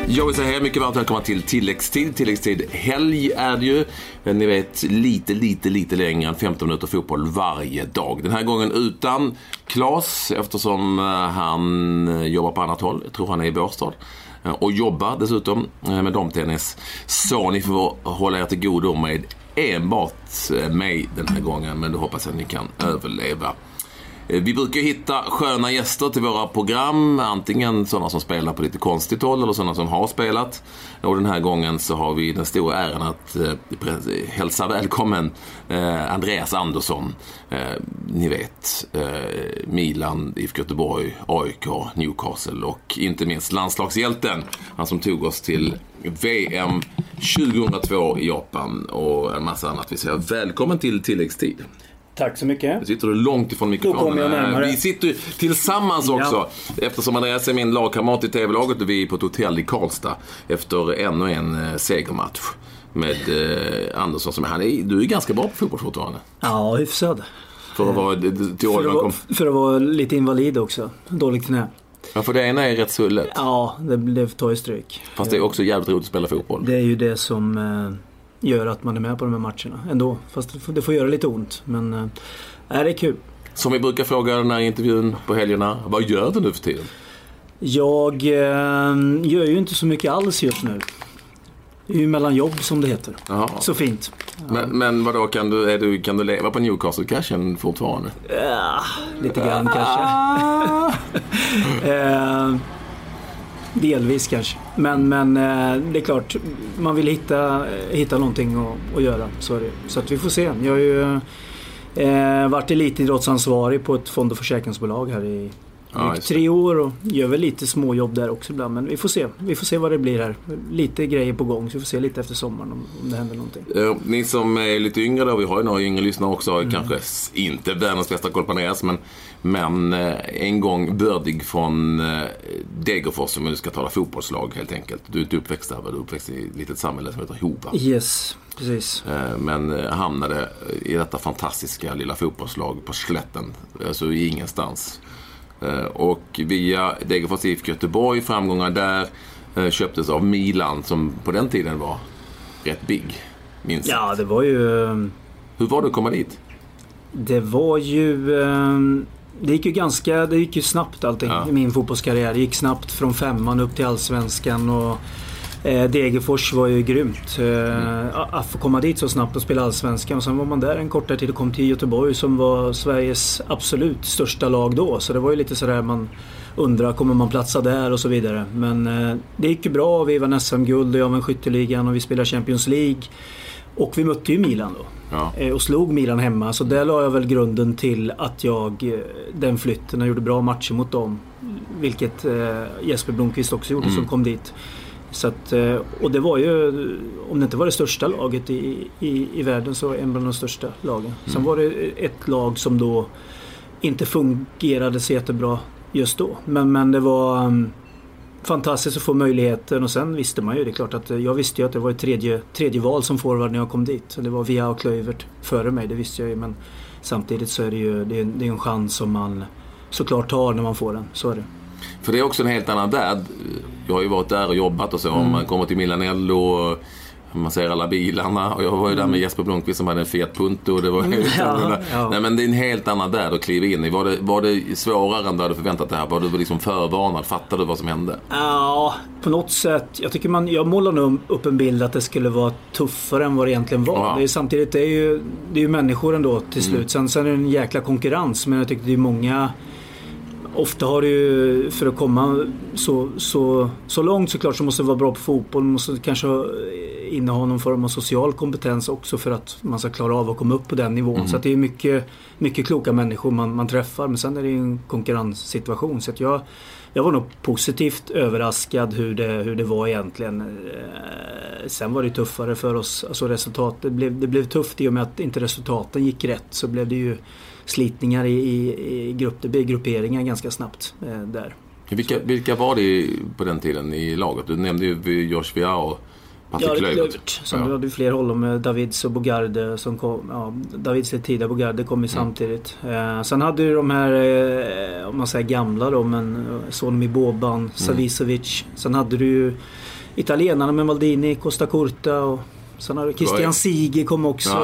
Jag vill säga mycket varmt välkomna till tilläggstid. Tilläggstid helg är det ju. Ni vet, lite längre än 15 minuter fotboll varje dag. Den här gången utan Claes, eftersom han jobbar på annat håll. Jag tror han är i Båstad. Och jobbar dessutom med damtennis. Så ni får hålla er till godo med enbart mig den här gången. Men då hoppas jag att ni kan överleva. Vi brukar hitta sköna gäster till våra program. Antingen sådana som spelar på lite konstigt håll eller sådana som har spelat. Och den här gången så har vi den stora äran att hälsa välkommen Andreas Andersson. Ni vet, Milan, IFK Göteborg, AIK, Newcastle och inte minst landslagshjälten. Han som tog oss till VM 2002 i Japan och en massa annat. Vi säger välkommen till tilläggstid. Tack så mycket. Nu sitter du långt ifrån mikrofonen. Vi sitter tillsammans också. Eftersom Andreas är min lagkamrat i tv-laget och vi är på ett hotell i Karlstad efter ännu en segermatch med Andersson som du är ganska bra på fotboll fortfarande. Ja, hyfsad. För att vara lite invalid också. Dåligt knä. Ja, för det ena är rätt svullet. Ja, det tar ju stryk. Fast det är också jävligt roligt att spela fotboll. Det är ju det som gör att man är med på de här matcherna ändå. Fast det får göra lite ont. Men det är kul. Som vi brukar fråga den här intervjun på helgerna. Vad gör du nu för tiden? Jag gör ju inte så mycket alls just nu. Det är ju mellan jobb som det heter. Aha. Så fint. Ja. Men vadå, kan du leva på Newcastle-cashen fortfarande? Ja, lite grann kanske. Delvis kanske. Men det är klart, man vill hitta någonting att göra. Så är det. Så att vi får se. Jag har ju varit elitidrottsansvarig på ett fond- och försäkringsbolag här i 3 år och gör väl lite småjobb där också ibland. Men vi får se vad det blir här. Lite grejer på gång, så vi får se lite efter sommaren om det händer någonting. Ni som är lite yngre då, vi har ju några yngre lyssnare också, kanske inte världens bästa koll på Andreas, men en gång bördig från Degerfors, som nu ska tala fotbollslag helt enkelt. Du är inte uppväxt där, du är uppväxt i ett litet samhälle som heter Hova. Yes, precis. Men hamnade i detta fantastiska lilla fotbollslag på slätten, alltså i ingenstans. Och via Degerfors IFK Göteborg, framgångar där, köptes av Milan som på den tiden var rätt big, minst. Ja, det var ju... Hur var det att komma dit? Det var ju... Det gick ju snabbt allting i min fotbollskarriär. Det gick snabbt från 5:an upp till allsvenskan och Degerfors var ju grymt. Att få komma dit så snabbt och spela allsvenskan, och sen var man där en kortare tid och kom till Göteborg som var Sveriges absolut största lag då. Så det var ju lite sådär, man undrar, kommer man platsa där och så vidare. Men det gick ju bra, vi vann SM-guld och jag vann skytteligan och vi spelade Champions League. Och vi mötte ju Milan då. Och slog Milan hemma. Så där la jag väl grunden till att den flytten, jag gjorde bra matcher mot dem. Vilket Jesper Blomqvist också gjorde som kom dit. Så att, och det var ju, om det inte var det största laget i världen, så en av de största lagen. Sen var det ett lag som då inte fungerade så jättebra just då. Men det var fantastiskt att få möjligheten, och sen visste man ju, det är klart att jag visste ju att det var ett tredje val som forward när jag kom dit. Det var Via och Klövert före mig, det visste jag ju, men samtidigt så är det ju det är en chans som man såklart tar när man får den, så är det. För det är också en helt annan värld. Jag har ju varit där och jobbat och så. Om man kommer till Milanello och man ser alla bilarna. Och jag var ju där med Jesper Blomqvist som hade en Fiat Punto. Och det var Nej, men det är en helt annan värld att kliva in i. Var det svårare än du hade förväntat det här? Var du liksom förvarnad? Fattade du vad som hände? Ja, på något sätt. Jag tycker jag målar nog upp en bild att det skulle vara tuffare än vad det egentligen var. Det är, samtidigt, det är ju människor ändå till slut. Sen är det en jäkla konkurrens. Men jag tycker det är många... Ofta har du ju, för att komma så långt såklart, så måste du vara bra på fotboll. Man måste kanske inneha någon form av social kompetens också för att man ska klara av att komma upp på den nivån. Så att det är mycket kloka människor man träffar. Men sen är det ju en konkurrenssituation. Så att jag var nog positivt överraskad hur det var egentligen. Sen var det tuffare för oss. Alltså det blev tufft i och med att inte resultaten gick rätt. Så blev det ju slitningar i grupperingar ganska snabbt där. Vilka var det på den tiden i laget? Du nämnde ju Josh Via och Patrik Klövert. Sen hade du fler håll med Davids och Bogarde som kom. Ja, Davids lite tidigare, Bogarde kom ju samtidigt. Sen hade du de här, om man säger gamla då, men Sonmi Boban, Savicevic. Sen hade du ju italienarna med Maldini, Costa Curta och sen har Christian Sige kom också.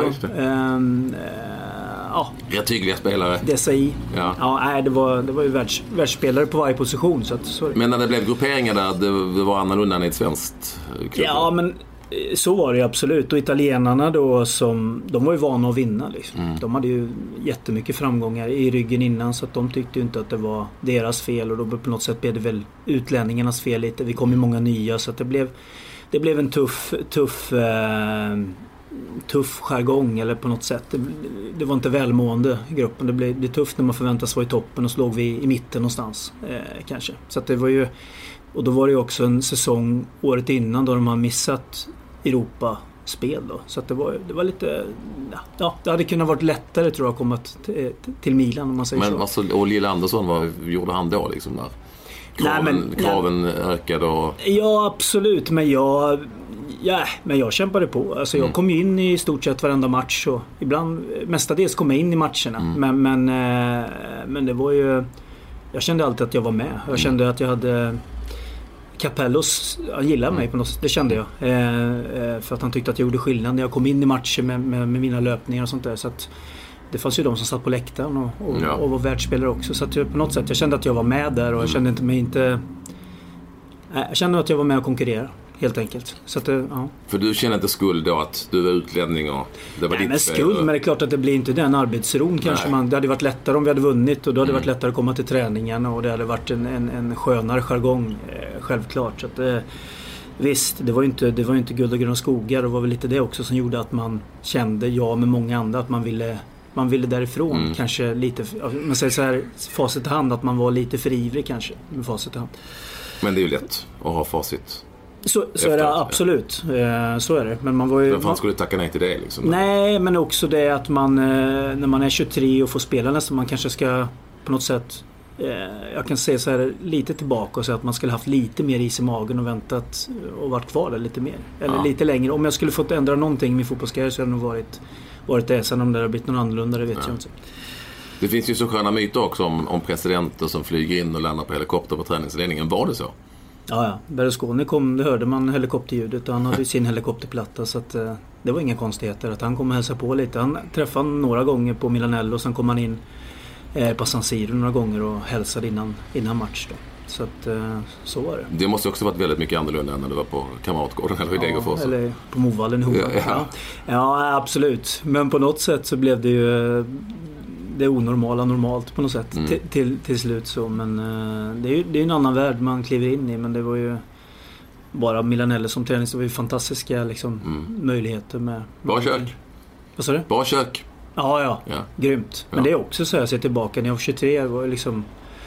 Rätt hyggliga spelare. Desai. Det var ju världsspelare på varje position. Så men när det blev grupperingar där, det var annorlunda än i ett svenskt klubb? Ja, men så var det absolut. Och italienarna då, de var ju vana att vinna liksom. De hade ju jättemycket framgångar i ryggen innan, så att de tyckte ju inte att det var deras fel, och då på något sätt blev det väl utlänningarnas fel lite. Vi kom ju många nya, så att det blev en tuff jargong, eller på något sätt. Det var inte välmående gruppen. Det blev tufft när man förväntas vara i toppen, och så låg vi i mitten någonstans kanske. Så att det var ju, och då var det ju också en säsong året innan då de har missat Europaspel då. Så att det var lite, det hade kunnat varit lättare tror jag att komma till Milan, om man säger så. Men alltså, och Lille Andersson, vad gjorde han då liksom där? Kraven ökade och... Ja, absolut, men jag kämpade på. Alltså jag kom ju in i stort sett varenda match, och ibland, mestadels kom jag in i matcherna. Men det var ju, jag kände alltid att jag var med. Jag kände att jag hade Capellos, han gillade mig på något sätt, det kände jag. För att han tyckte att jag gjorde skillnad när jag kom in i matcher med mina löpningar och sånt där. Så att det fanns ju de som satt på läktaren och var världsspelare också. Så att på något sätt, jag kände att jag var med där, och jag kände jag kände att jag var med och konkurrera. Helt enkelt. Så att För du känner inte skuld då att du var utlänning och det var ditt men skuld, men det är klart att det blir inte den arbetsron kanske. Det hade varit lättare om vi hade vunnit, och då hade det varit lättare att komma till träningen, och det hade varit en skönare jargong, självklart. Så att, visst, det var ju inte guld och gröna skogar, och det var väl lite det också som gjorde att man kände, med många andra, att man ville därifrån. Kanske lite, man säger så här, facit i hand, att man var lite för ivrig kanske med facit i hand. Men det är ju lätt att ha facit. Så är det absolut. Så är det. Men man var ju... Vem fan skulle tacka nej till det liksom? Nej, men också det att man, när man är 23 och får spela nästan, man kanske ska på något sätt, jag kan säga så här lite tillbaka och säga att man skulle haft lite mer is i magen och väntat och varit kvar där lite mer. Eller lite längre. Om jag skulle fått ändra någonting i min fotbollskarriär, så hade det nog varit det. Sen om det har blivit någon annorlunda, det vet jag inte. Det finns ju så sköna myter också om presidenter som flyger in och landar på helikopter på träningsledningen. Var det så? Ja. Berlusconi kom, det hörde man helikopterljudet, och han hade ju sin helikopterplatta, så att det var inga konstigheter att han kom och hälsade på lite. Han träffade några gånger på Milanello, och sen kom han in på San Siro några gånger och hälsade innan match då. Så att så var det. Det måste också varit väldigt mycket annorlunda än när du var på Kamratgården eller i Degerfors. Eller på Movallen i Hova. Ja, absolut. Men på något sätt så blev det ju det onormala normalt på något sätt till slut så. Men det är ju en annan värld man kliver in i. Men det var ju bara Milanello som träning, så var ju fantastiska liksom, möjligheter med. Bra kök. Vad sa du? Bra kök. Ja. Grymt. Men det är också så jag ser tillbaka när jag var 23 var liksom,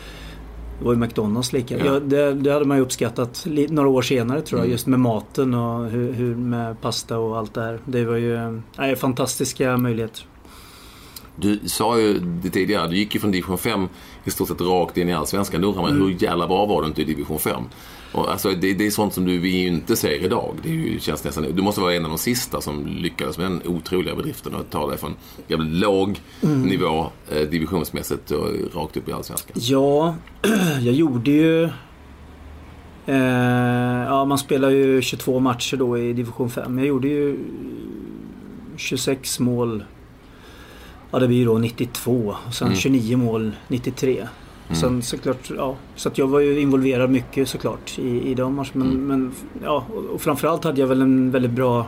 det var ju McDonalds lika. Ja. Det hade man ju uppskattat några år senare tror jag, just med maten och hur med pasta och allt det här. Det var ju fantastiska möjligheter. Du sa ju det tidigare, du gick ju från division 5 i stort sett rakt in i Allsvenskan. Nu undrar man hur jävla bra var du inte i division 5? Och alltså, det är sånt som vi inte ser idag. Det är ju, känns nästan, du måste vara en av de sista som lyckades med den otroliga bedriften att ta dig från jävligt låg nivå divisionsmässigt och rakt upp i Allsvenskan. Ja, jag gjorde ju man spelar ju 22 matcher då i division 5. Jag gjorde ju 26 mål. Ja, det blir då 92 och sen 29 mål 93. Sen såklart, så att jag var ju involverad mycket såklart i de matcherna. Men och framförallt hade jag väl en väldigt bra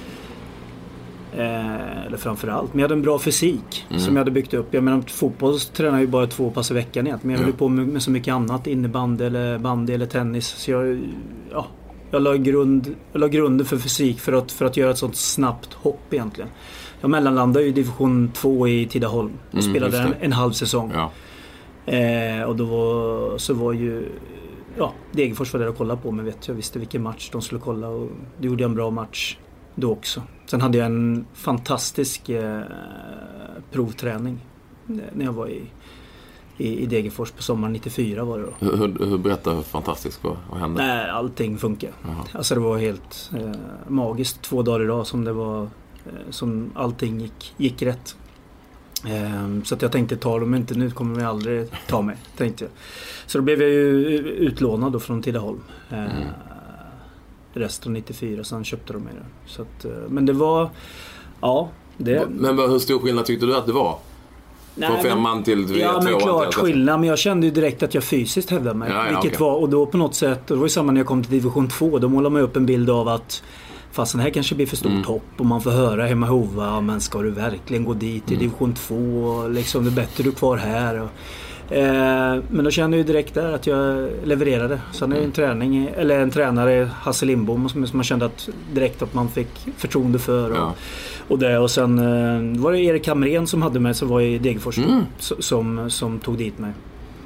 men jag hade en bra fysik som jag hade byggt upp. Jag menar, fotboll tränar ju bara 2 pass i veckan egentligen. Men jag höll på med så mycket annat, innebandy eller bandy eller tennis. Så jag la grunden för fysik för att göra ett sånt snabbt hopp egentligen. Jag mellanlandade i division 2 i Tidaholm och spelade en halv säsong. Ja. Och då var ju Degerfors var där att kolla på, men jag visste vilken match de skulle kolla, och det gjorde jag en bra match då också. Sen hade jag en fantastisk provträning när jag var i Degerfors på sommaren 94 var det då. Hur berättar fantastiskt vad hände? Allting funkar. Alltså det var helt magiskt 2 dagar idag som det var, som allting gick rätt. Så att jag tänkte, ta dem inte nu, kommer vi aldrig ta mig, tänkte jag. Så då blev jag ju utlånad då från Tidaholm. resten av 94, sen köpte de mig det. Så att, men det var, ja, det... Men hur stor skillnad tyckte du att det var? Från 5 till 2? Ja, men klart skillnad. Men jag kände ju direkt att jag fysiskt hävdade mig. Vilket var, och då på något sätt, och det var ju samma när jag kom till division 2. Då målade man upp en bild av att fast den här kanske blir för stort hopp. Och man får höra hemma Hova, men ska du verkligen gå dit i division 2? Och liksom, det är bättre du kvar här. Och, men då kände jag ju direkt där att jag levererade. Sen är det en tränare, Hasse Lindbom, som man kände att direkt att man fick förtroende för. Och det. Och sen var det Erik Hamrén som hade mig, som var i Degerfors som tog dit mig.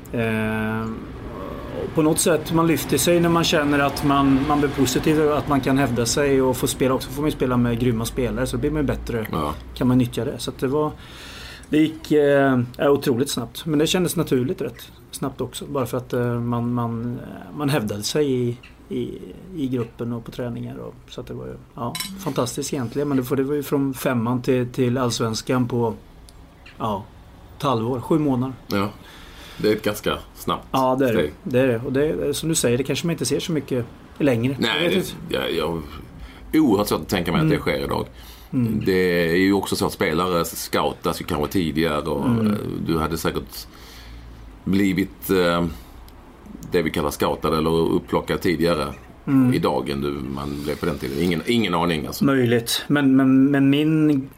På något sätt man lyfter sig när man känner att man blir positiv och att man kan hävda sig och få spela också. Får man spela med grymma spelare, så blir man bättre. Kan man nyttja det. Så att det gick otroligt snabbt. Men det kändes naturligt rätt snabbt också. Bara för att man hävdade sig i gruppen och på träningar. Så att det var ju fantastiskt egentligen. Men det var ju från 5 till allsvenskan på ett halvår, 7 månader. Ja, det är ett ganska snabbt steg. Det är det. Och det, som du säger, det kanske man inte ser så mycket längre. Nej, jag oerhört svårt att tänka mig att det sker idag. Det är ju också så att spelare scoutas ju kanske tidigare och du hade säkert blivit det vi kallar scoutad eller upplockad tidigare idag än man blev på den tiden. Ingen aning alltså. Möjligt. Men min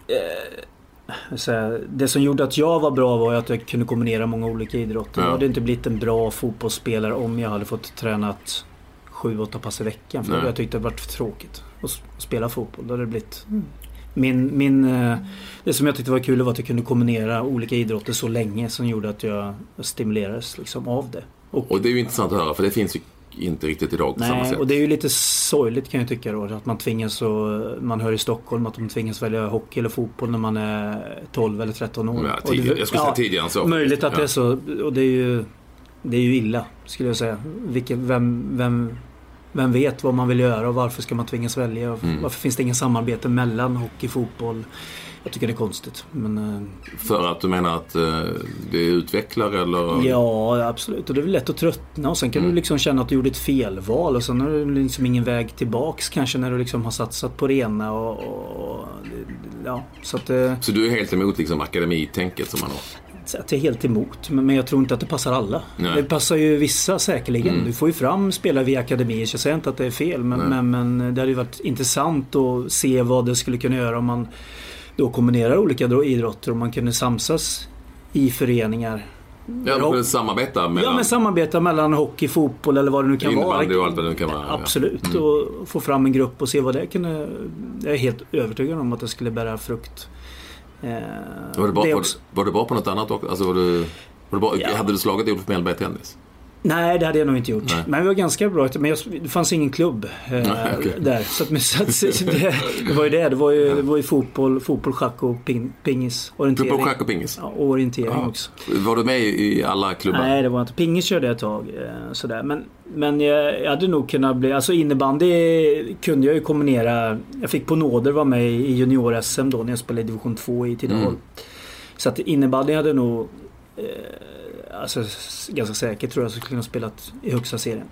det som gjorde att jag var bra var att jag kunde kombinera många olika idrotter. Jag hade inte blivit en bra fotbollsspelare om jag hade fått tränat 7-8 pass i veckan. För jag tyckte det varit för tråkigt att spela fotboll. Då hade det blivit det som jag tyckte var kul var att jag kunde kombinera olika idrotter så länge, som gjorde att jag stimulerades liksom av det. Och det är ju intressant att höra, för det finns ju inte riktigt idag på samma sätt. Och det är ju lite sorgligt kan jag tycka då, att man tvingas, man hör i Stockholm att de tvingas välja hockey eller fotboll när man är 12 eller 13 år. Jag skulle säga tidigare än så. Möjligt att det är så, och det är ju illa, skulle jag säga. Vem vet vad man vill göra och varför ska man tvingas välja? Varför finns det ingen samarbete mellan hockey och fotboll? Jag tycker det är konstigt. Men, för att du menar att det utvecklar eller? Ja, absolut. Och det är väl lätt att tröttna. Och sen kan du liksom känna att du gjorde ett felval. Och sen har du liksom ingen väg tillbaks kanske när du liksom har satsat på det ena. Så du är helt emot liksom akademitänket som man har? Att jag är helt emot, men jag tror inte att det passar alla. Nej. Det passar ju vissa säkerligen. Du får ju fram spelare via akademier, så jag säger inte att det är fel, men det hade ju varit intressant att se vad det skulle kunna göra om man då kombinerar olika idrotter och man kunde samsas i föreningar. Ja, man kunde samarbeta mellan... Ja, men samarbeta mellan hockey, fotboll eller vad det nu kan vara. Och allt vad det kan vara. Absolut, och få fram en grupp och se vad det kunde... Jag är helt övertygad om att det skulle bära frukt. Var du bra på något annat också? Alltså hade du slagit Olof Mellberg tennis? Nej, det hade jag nog inte gjort. Nej. Men vi var ganska bra. Men det fanns ingen klubb där. Så det var ju det. Det var ju fotboll, schack och pingis. Orientering. Fotboll, schack och pingis? Ja, och orientering också. Var du med i alla klubbar? Nej, det var inte. Pingis körde jag ett tag. Sådär. Men jag hade nog kunnat bli... Alltså innebandy kunde jag ju kombinera. Jag fick på nåder vara med i junior-SM då när jag spelade i division 2 i Tidaholm. Så att innebandy hade nog... Alltså ganska säkert tror jag skulle kunna spelat i högsta serien.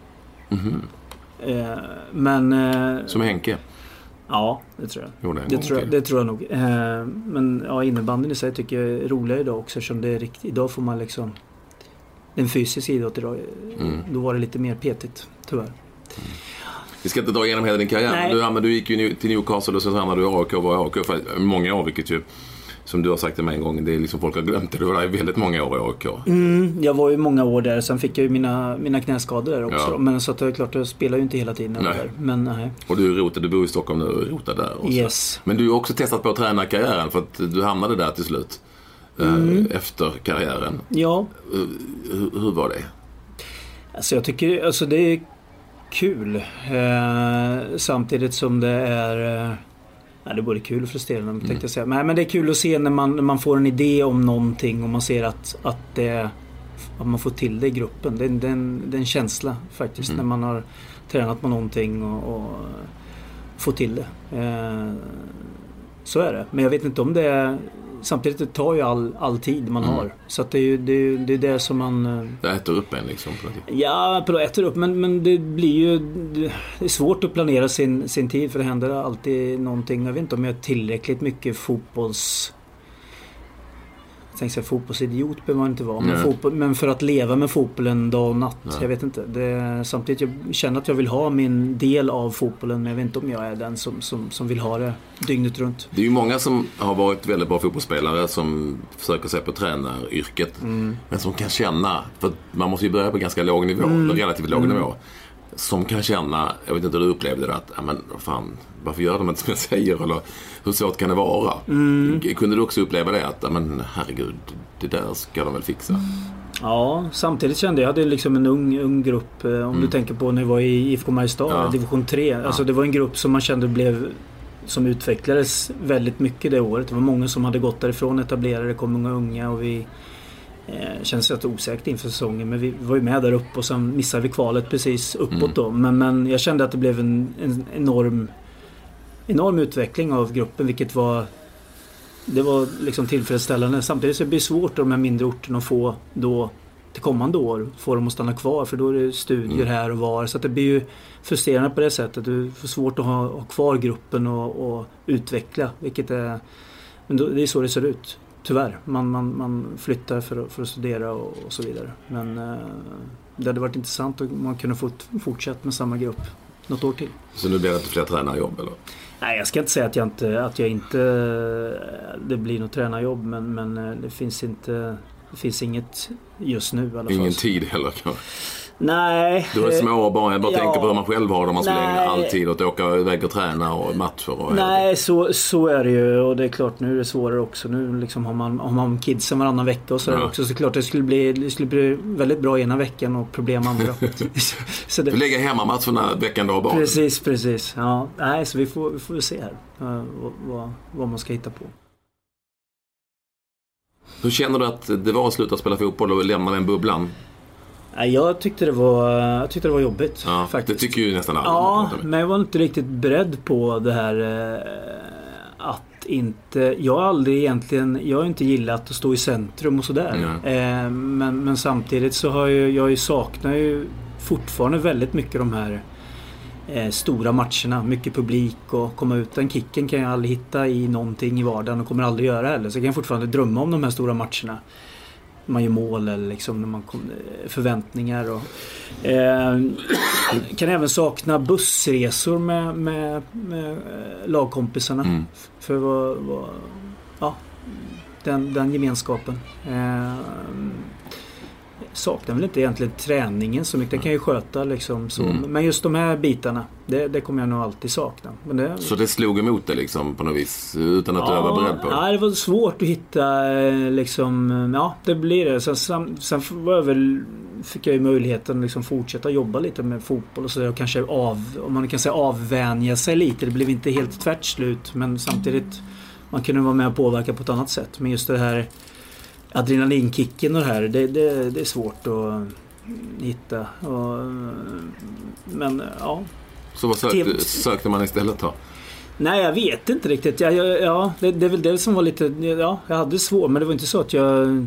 Men som Henke? Ja, det tror jag. Det tror jag nog. Men innebandyn i sig tycker jag är roligare idag också, eftersom det är riktigt. Idag får man liksom en fysisk idrott idag. Då var det lite mer petigt, tyvärr. Vi ska inte dra igenom hela din karriär. Du gick ju till Newcastle och så hamnade du i AIK och var i AIK för många år, vilket ju, som du har sagt till mig en gång, det är liksom folk har glömt det. Du var där väldigt många år i AIK. Jag var ju många år där. Sen fick jag ju mina knäskador där också. Ja. Men så att det är klart, jag spelar ju inte hela tiden där. Men nej. Och du bor i Stockholm nu och rotar där också. Yes. Men du har också testat på att träna karriären, för att du hamnade där till slut. Efter karriären. Ja. Hur var det? Alltså jag tycker det är kul. Samtidigt som det är... det är både kul och frustrerande, tänkte jag säga. Men det är kul att se när man får en idé om någonting och man ser att man får till det i gruppen. Det är en känsla faktiskt när man har tränat på någonting och får till det. Så är det. Men jag vet inte om det är... samtidigt det tar ju all tid man har. Så att det är det som man... Det äter upp en liksom. Ja, det äter upp. Men det blir ju... Det är svårt att planera sin tid, för det händer alltid någonting. Jag vet inte om jag är tillräckligt mycket jag tänkte säga fotbollsidiot behöver man inte vara. Men för att leva med fotbollen dag och natt. Jag vet inte. Samtidigt jag känner att jag vill ha min del av fotbollen. Men jag vet inte om jag är den som vill ha det dygnet runt. Det är ju många som har varit väldigt bra fotbollsspelare som försöker sig på tränaryrket. Men som kan känna, för man måste ju börja på ganska låg nivå. Relativt låg nivå. Som kan känna, jag vet inte hur du upplevde det, att men fan, varför gör de inte som jag säger, eller hur svårt kan det vara? Kunde du också uppleva det, att men herregud, det där ska de väl fixa? Ja, samtidigt kände jag hade liksom en ung grupp, om du tänker på när jag var i IFK Mariestad, division 3. Alltså det var en grupp som man kände som utvecklades väldigt mycket det året. Det var många som hade gått därifrån, etablerade, kom många unga, och vi känns rätt osäkert inför säsongen, men vi var ju med där uppe och sen missade vi kvalet precis uppåt då. Men jag kände att det blev en enorm utveckling av gruppen, vilket var liksom tillfredsställande. Samtidigt så blir det svårt de här mindre orterna att få då till kommande år, få dem att stanna kvar, för då är det studier här och var, så att det blir ju frustrerande på det sättet. Du får svårt att ha kvar gruppen och utveckla, vilket är, men det är så det ser ut. Tyvärr. Man flyttar för att studera och så vidare. Men det hade varit intressant om man kunde få fortsätta med samma grupp något år till. Så nu blir det inte fler tränarjobb, eller? Nej, jag ska inte säga att jag inte det blir något tränarjobb, men det finns inget just nu i alla fall. Ingen tid heller kanske. Nej. Du har små barn, jag bara tänker på hur man själv har det, om man skulle ägna all tid åt att åka iväg och träna och matcher. Och nej, så är det ju, och det är klart nu är det svårare också. Nu liksom har man kidsen varannan vecka och så är det också, så klart det skulle bli väldigt bra ena veckan och problem andra. Så det... Du lägger hemma matcherna veckan då bara. Precis. Ja, nej, så vi får se här vad man ska hitta på. Hur känner du att det var att sluta spela fotboll och lämna den bubblan? Jag tyckte det var jobbigt, faktiskt. Det tycker ju nästan alla. Ja, men jag var inte riktigt beredd på det här att inte... Jag har inte gillat att stå i centrum och sådär. Men samtidigt så har jag saknar ju fortfarande väldigt mycket de här stora matcherna, mycket publik, och komma ut. Den kicken kan jag aldrig hitta i någonting i vardagen och kommer aldrig göra heller. Så jag kan fortfarande drömma om de här stora matcherna. Man gör mål eller liksom när man förväntningar och kan även sakna bussresor med lagkompisarna för den gemenskapen. Saknar väl inte egentligen träningen så mycket. Den kan ju sköta liksom så. Men just de här bitarna, det kommer jag nog alltid sakna. Men så det slog emot det liksom på något vis, utan att du var beredd på det? Ja, det var svårt att hitta liksom, det blir det. Sen fick jag ju möjligheten liksom fortsätta jobba lite med fotboll och så, och kanske om man kan säga avvänja sig lite. Det blev inte helt tvärt slut, men samtidigt man kunde vara med och påverka på ett annat sätt. Men just det här adrenalinkicken och det här, det är svårt att hitta. Men ja. Så vad sökte man istället då? Nej, jag vet inte riktigt. Det är väl det som var lite... Ja, jag hade svårt, men det var inte så att jag...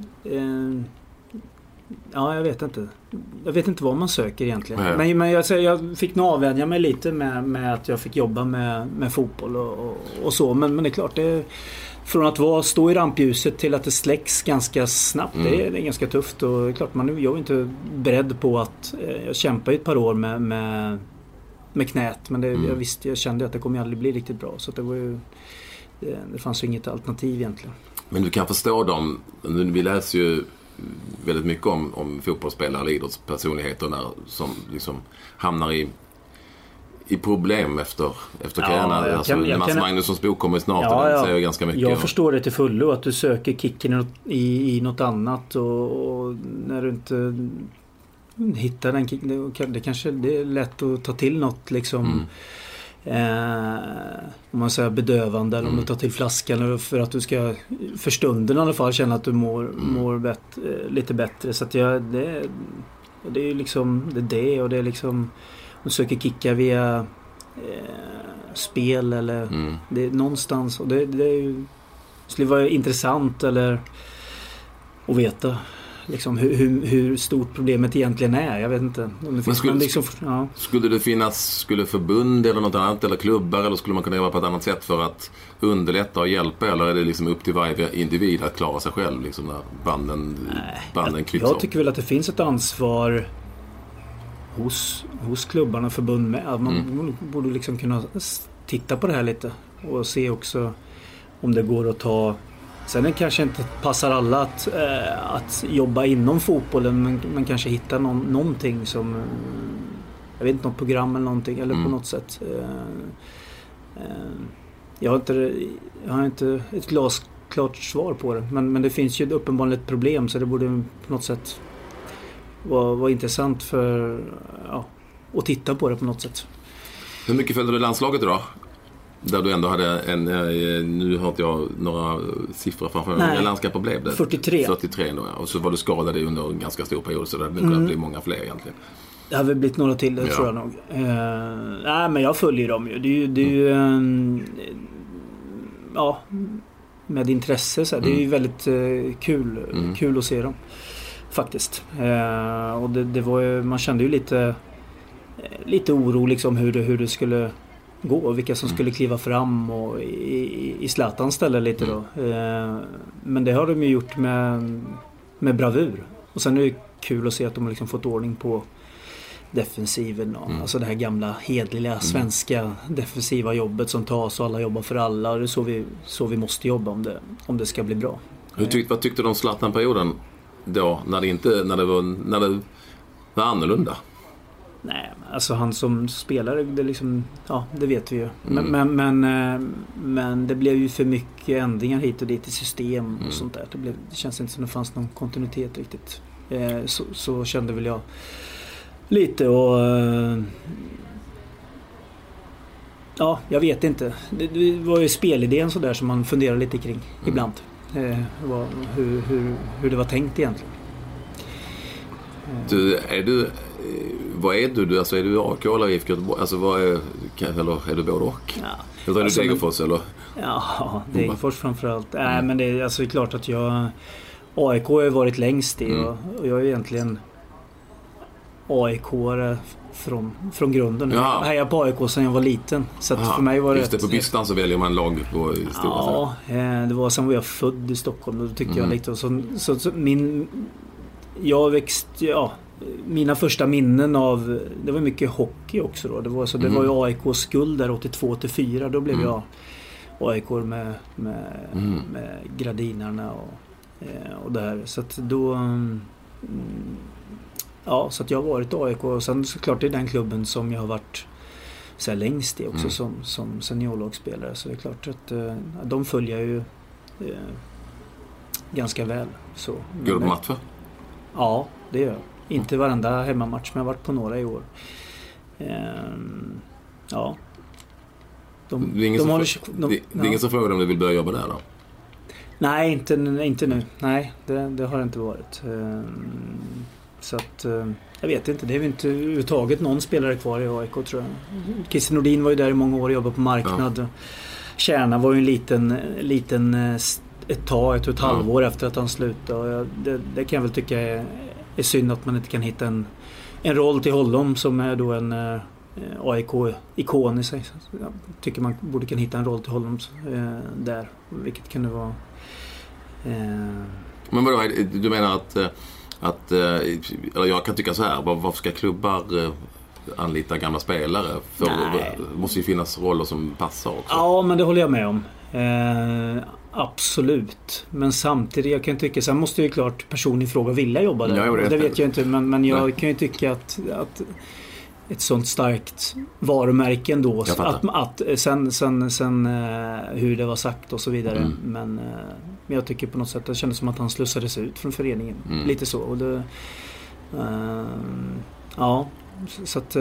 jag vet inte. Jag vet inte vad man söker egentligen. Nej. Men jag fick nog avvänja mig lite med att jag fick jobba med fotboll och så. Men det är klart, från att stå i rampljuset till att det släcks ganska snabbt, det är ganska tufft. Och det är klart, jag är inte beredd på att... Jag kämpar ju ett par år med knät, men jag kände att det kommer aldrig bli riktigt bra, så det var ju det fanns ju inget alternativ egentligen. Men du kan förstå dem, vi läser ju väldigt mycket om fotbollsspelare eller idrottspersonligheter som liksom hamnar i problem efter karriären. Mats Magnussons bok kommer snart, den säger ganska mycket. Jag förstår det till fullo, att du söker kicken i något annat, och när du inte hitta den kicken, det kanske det är lätt att ta till något liksom om man säger bedövande, eller om du tar till flaskan för att du ska för stunden i alla fall känna att du mår lite bättre. Så att det är liksom det, och det är liksom man söker kicka via spel eller det är någonstans, och det är ju skulle vara intressant eller att veta liksom hur stort problemet egentligen är. Jag vet inte. Om det finns skulle det skulle förbund eller något annat eller klubbar, eller skulle man kunna göra på ett annat sätt för att underlätta och hjälpa, eller är det liksom upp till varje individ att klara sig själv liksom när banden klipps Jag tycker väl att det finns ett ansvar hos klubbarna och förbund med. Man borde liksom kunna titta på det här lite och se också om det går att ta. Sen det kanske inte passar alla att jobba inom fotbollen, men kanske hitta någonting som, jag vet inte, något program eller någonting, eller på något sätt. Jag har inte ett glasklart svar på det, men det finns ju uppenbarligen ett problem, så det borde på något sätt vara intressant för att titta på det på något sätt. Hur mycket följde du landslaget idag? Där du ändå hade nu har inte jag några siffror framför mig. Hur landskapet blev det? 43 då, ja. Och så var du skadad under en ganska stor period, så det hade kunnat bli många fler egentligen. Det har väl blivit några till, det tror jag nog. Men jag följer dem ju. Det är ju med intresse så här. Det är ju väldigt kul att se dem faktiskt. Och det var ju, man kände ju lite oro liksom hur det skulle gå och vilka som skulle kliva fram och i Zlatans ställe lite då. Men det har de ju gjort med bravur. Och sen är det kul att se att de har liksom fått ordning på defensiven och alltså det här gamla hedliga svenska defensiva jobbet som tas och alla jobbar för alla, och det är så vi måste jobba om det ska bli bra. Vad tyckte du om Zlatan-perioden då när det var annorlunda? Nej, alltså han som spelare, det liksom, det vet vi ju. Men det blev ju för mycket ändringar hit och dit i system och sånt där. Det känns inte som det fanns någon kontinuitet riktigt. Så kände väl jag lite, och jag vet inte. Det var ju spelidén så där som man funderar lite kring ibland. Hur det var tänkt egentligen. Vad är du? Alltså är du AIK eller IFK Göteborg? Alltså eller är du både och? Eller är du Degerfors eller? Ja, Degerfors framförallt. Men det är alltså klart att AIK har varit längst i och jag är egentligen AIK-are från grunden. Jag hejar på AIK sedan jag var liten. Så att för mig var det just det, på Bystan så väljer man lag på stora. Det var sen var jag född i Stockholm, och då tyckte jag lite så mina första minnen av, det var mycket hockey också då. Det var ju AIKs skuld där 82-84, då blev jag AIK med Gradinerna och där. Så att då så att jag har varit AIK, och sen såklart det är den klubben som jag har varit så här längst i också som seniorlagspelare, så det är klart att de följer ju ganska väl. Så. Går du på matcher? Ja, det gör jag. Inte varenda hemmamatch, men jag har varit på några i år. Det är ingen som frågar om du vill börja jobba där då? Nej, inte nu. Nej, det har det inte varit. Så att jag vet inte, det är väl inte överhuvudtaget någon spelare kvar i AIK, tror jag. Christer Nordin var ju där i många år och jobbade på marknad. Kärna var ju en liten ett halvår efter att han slutade. Och det kan jag väl tycka är synd att man inte kan hitta en roll till honom som är då en AIK-ikon i sig. Jag tycker man borde kunna hitta en roll till honom där, vilket kunde vara. Men vadå, du menar att eller jag kan tycka så här, varför ska klubbar anlita gamla spelare? För det måste ju finnas roller som passar också. Ja, men det håller jag med om. Absolut. Men samtidigt, jag kan tycka, sen måste ju klart personen i fråga vilja jobba där. Det vet jag inte, men jag kan ju tycka att ett sånt starkt varumärke ändå, att sen hur det var sagt och så vidare. Men jag tycker på något sätt det kändes som att han slussades ut från föreningen. Lite så. Och det, så att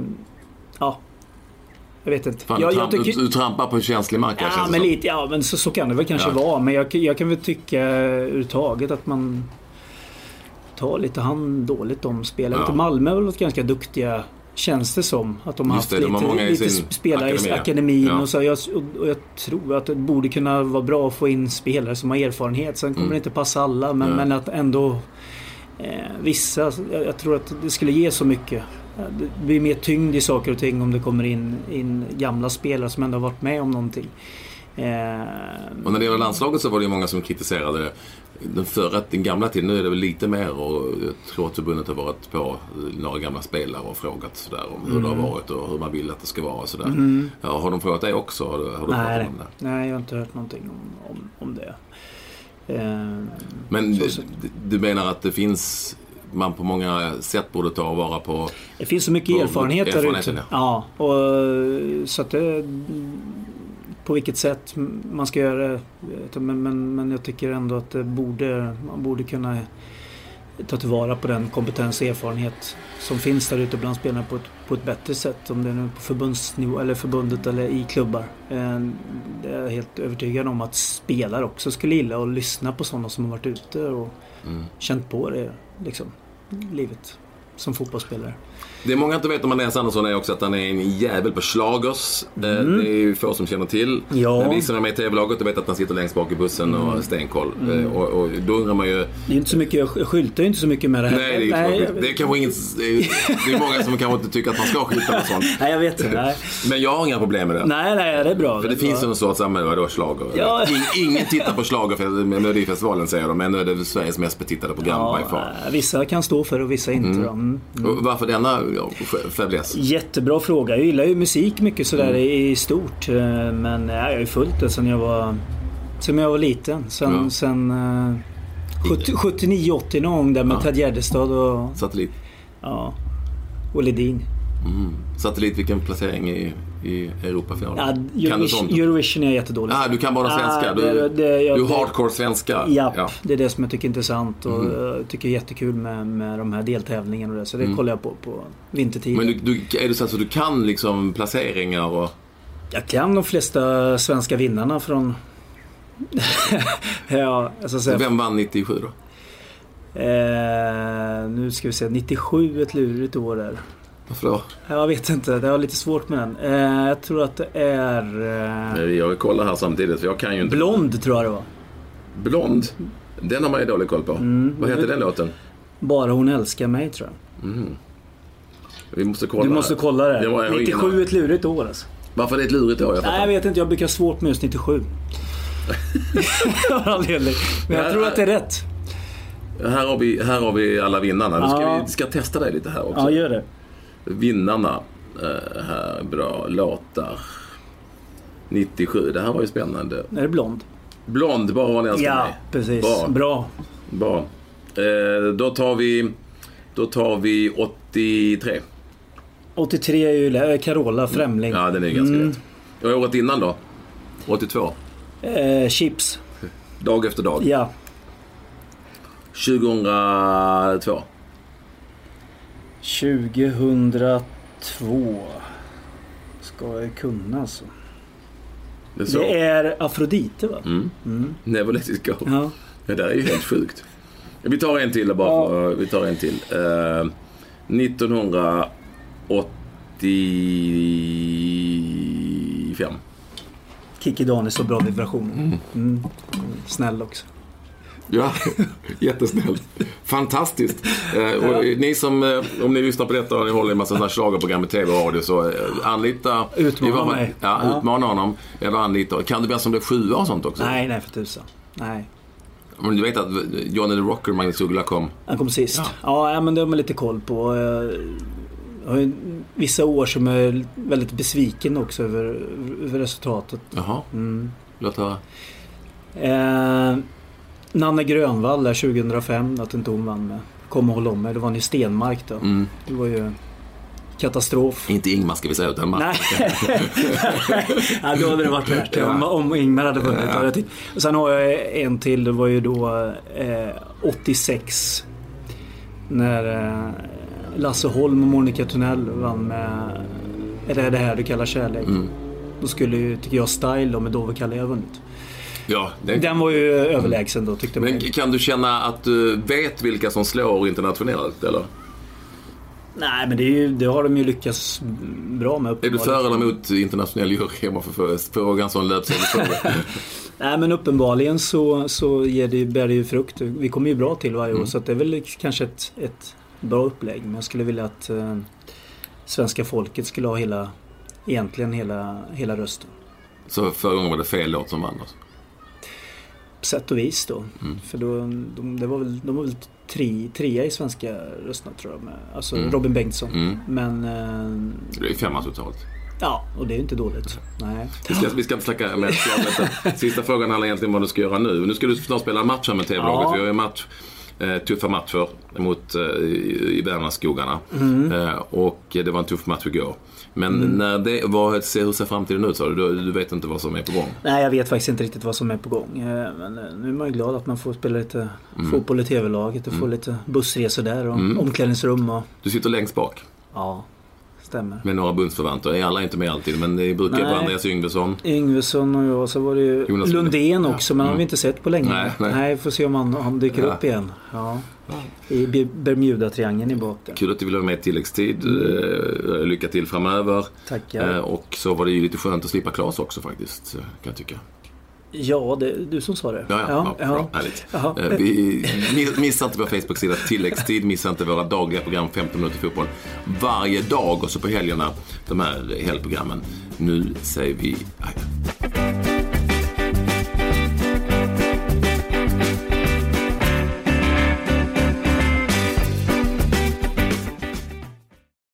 jag vet inte. Fan, du trampar på känslig mark. Men lite, men så kan det väl kanske vara. Men jag kan väl tycka överhuvudtaget att man tar lite hand dåligt om spelare. Malmö har väl varit ganska duktiga känns det som att de har haft har lite spelare i akademin och så. Jag tror att det borde kunna vara bra att få in spelare som har erfarenhet. Sen kommer det inte passa alla, men att ändå vissa, jag tror att det skulle ge så mycket. Det blir mer tyngd i saker och ting om det kommer in gamla spelare som ändå har varit med om någonting. Och när det gäller landslaget så var det ju många som kritiserade den gamla tiden. Nu är det väl lite mer, och jag tror att förbundet har varit på några gamla spelare och frågat sådär om hur det har varit och hur man vill att det ska vara och sådär. Ja, har de frågat dig också? Har du pratat om det? Nej, jag har inte hört någonting om det. Men du menar att det finns, man på många sätt borde ta och vara på... Det finns så mycket erfarenhet där ute. Ja, och så att det... På vilket sätt man ska göra det. Men jag tycker ändå att man borde kunna ta tillvara på den kompetens och erfarenhet som finns där ute bland spelarna på ett bättre sätt. Om det är nu på förbundsnivå eller förbundet eller i klubbar. Det är jag helt övertygad om att spelare också skulle gilla och lyssna på sådana som har varit ute och känt på det liksom, livet som fotbollsspelare. Det är många inte vet om Andreas Andersson är också att han är en jävel på slagers. Det är ju få som känner till. Ja. Vi som är med i TV-laget och vet att han sitter längst bak i bussen och stenkoll. Och då undrar man ju... Det är inte så mycket, jag skyltar ju inte så mycket med det här. Nej, det är kanske inget... Det är många som kanske inte tycker att man ska skylta med sånt. Nej, jag vet inte. Nej. Men jag har inga problem med det. Nej, det är bra. För det finns en sorts samhälle då slager. Ja. Ingen tittar på slager med Melodifestivalen, säger de. Men nu är det Sveriges mest betittade program by far. Vissa kan stå för och vissa inte. Och varför denna fäbless? Jättebra fråga. Jag gillar ju musik mycket sådär i stort. Men jag har ju följt det sen jag var liten. Sen 79-80 någon gång där med Ted Gärdestad och... Satellit. Ja. Och Ledin. Satellit, vilken placering i Europafinalen? Ja, Eurovision är jättedålig. Du kan bara svenska. Du hardcore svenska. Ja, det är det som jag tycker är intressant och jag tycker är jättekul med de här deltävlingarna och det. Så det kollar jag på vintertid. Men är det så att du kan liksom placeringar och... Jag kan de flesta svenska vinnarna från... ja, alltså så... Vem vann 97 då? Nu ska vi se, 97 ett lurigt år där. Varför då? Jag vet inte, det var lite svårt med den. Jag tror att det är... Jag kollar här samtidigt, för jag kan ju inte... Blond tror jag det var. Blond? Den har man ju dålig koll på. Vad heter den låten? Bara hon älskar mig, tror jag. Vi måste kolla. Du måste kolla det. Ja, 97 ett lurigt år alltså. Varför är det ett lurigt år? Nej, jag vet inte, jag brukar svårt med just 97. Men jag tror att det är rätt. Här har vi alla vinnarna. Vi ska testa dig lite här också. Ja, gör det. Vinnarna här, bra låtar. 97, det här var ju spännande. Är det Blond? Blond, bara hon älskar mig. Ja, precis. Bra. Då tar vi 83. 83 är ju Carola Främling. Ja, den är ganska rätt. Och året innan då? 82. Chips. Dag efter dag. Ja. 2002. 2002 ska jag kunna alltså. Det är Afrodite, va? Never let it go. Ja. Det där är ju helt sjukt. Vi tar en till bara. Vi tar en till. 1985. Kikki Danielsson, så bra vibration. Snäll också. Ja, jättesnällt. Fantastiskt. Och ni som, om ni lyssnar på detta och ni håller en massa sådana schlagerprogram i tv och radio, så anlita... Utmana mig. Ja, utmana honom. Eller anlita. Kan det bli som det 7 och sånt också? Nej, för tusan. Nej. Men du vet att Johnny the Rocker, Magnus Uggla kom... Han kom sist. Ja, men det har man lite koll på. Jag har ju vissa år som är väldigt besviken också över resultatet. Jaha. Låt höra. Nanne Grönvall där 2005, att inte hon vann med Kom och håll om mig. Det var en i Stenmark då. Det var ju katastrof. Inte Ingmar ska vi säga, utan Mark. Nej, då hade det varit värt om Ingmar hade vunnit. Ja. Och sen har jag en till, det var ju då 86 när Lasse Holm och Monica Tunnell vann med Är det här du kallar kärlek. Då skulle ju, tycker jag, Style då med Dove Kalle ha vunnit. Ja, den var ju överlägsen då, tyckte man. Men kan du känna att du vet vilka som slår internationellt, eller? Nej, men det har de ju lyckats bra med. Är du för eller emot internationell jury? Man får fråga en sån löpsedelsfråga. Nej, men uppenbarligen så bär det ju frukt. Vi kommer ju bra till varje år, så att det är väl kanske ett bra upplägg. Men jag skulle vilja att svenska folket skulle ha hela rösten. Så förra gången var det fel låt som vann alltså? På sätt och vis då. För de var väl trea i svenska rösterna tror jag. Alltså Robin Bengtsson. Men det är 5 totalt. Ja, och det är ju inte dåligt. Nej. Vi ska inte snacka med sista frågan handlar egentligen om vad du ska göra nu. Nu ska du snart spela en match med TV-laget. Vi har ju tuffa matcher mot i Värmlandsskogarna. Och det var en tuff match igår. Men hur ser framtiden ut? Så du vet inte vad som är på gång? Nej, jag vet faktiskt inte riktigt vad som är på gång. Men nu är man glad att man får spela lite fotboll i TV-laget och få lite bussresor där och omklädningsrum. Du sitter längst bak? Ja, stämmer. Med några bundsförvanter. Är alla inte med alltid, men det brukar vara Andreas Yngvesson och jag. Så var det ju Jonas Lundén också, men har vi inte sett på länge. Nej, får se om han dyker upp igen. Ja. I Bermuda-triangeln i botten. Kul att du vill vara med i tilläggstid. Lycka till framöver. Tackar. Och så var det ju lite skönt att slippa Claes också faktiskt, kan jag tycka. Ja, det är du som sa det. Ja. Bra, härligt. Missa inte vår Facebook-sida tilläggstid. Missa inte våra dagliga program 15 minuter fotboll varje dag och så på helgerna de här helgprogrammen. Nu säger vi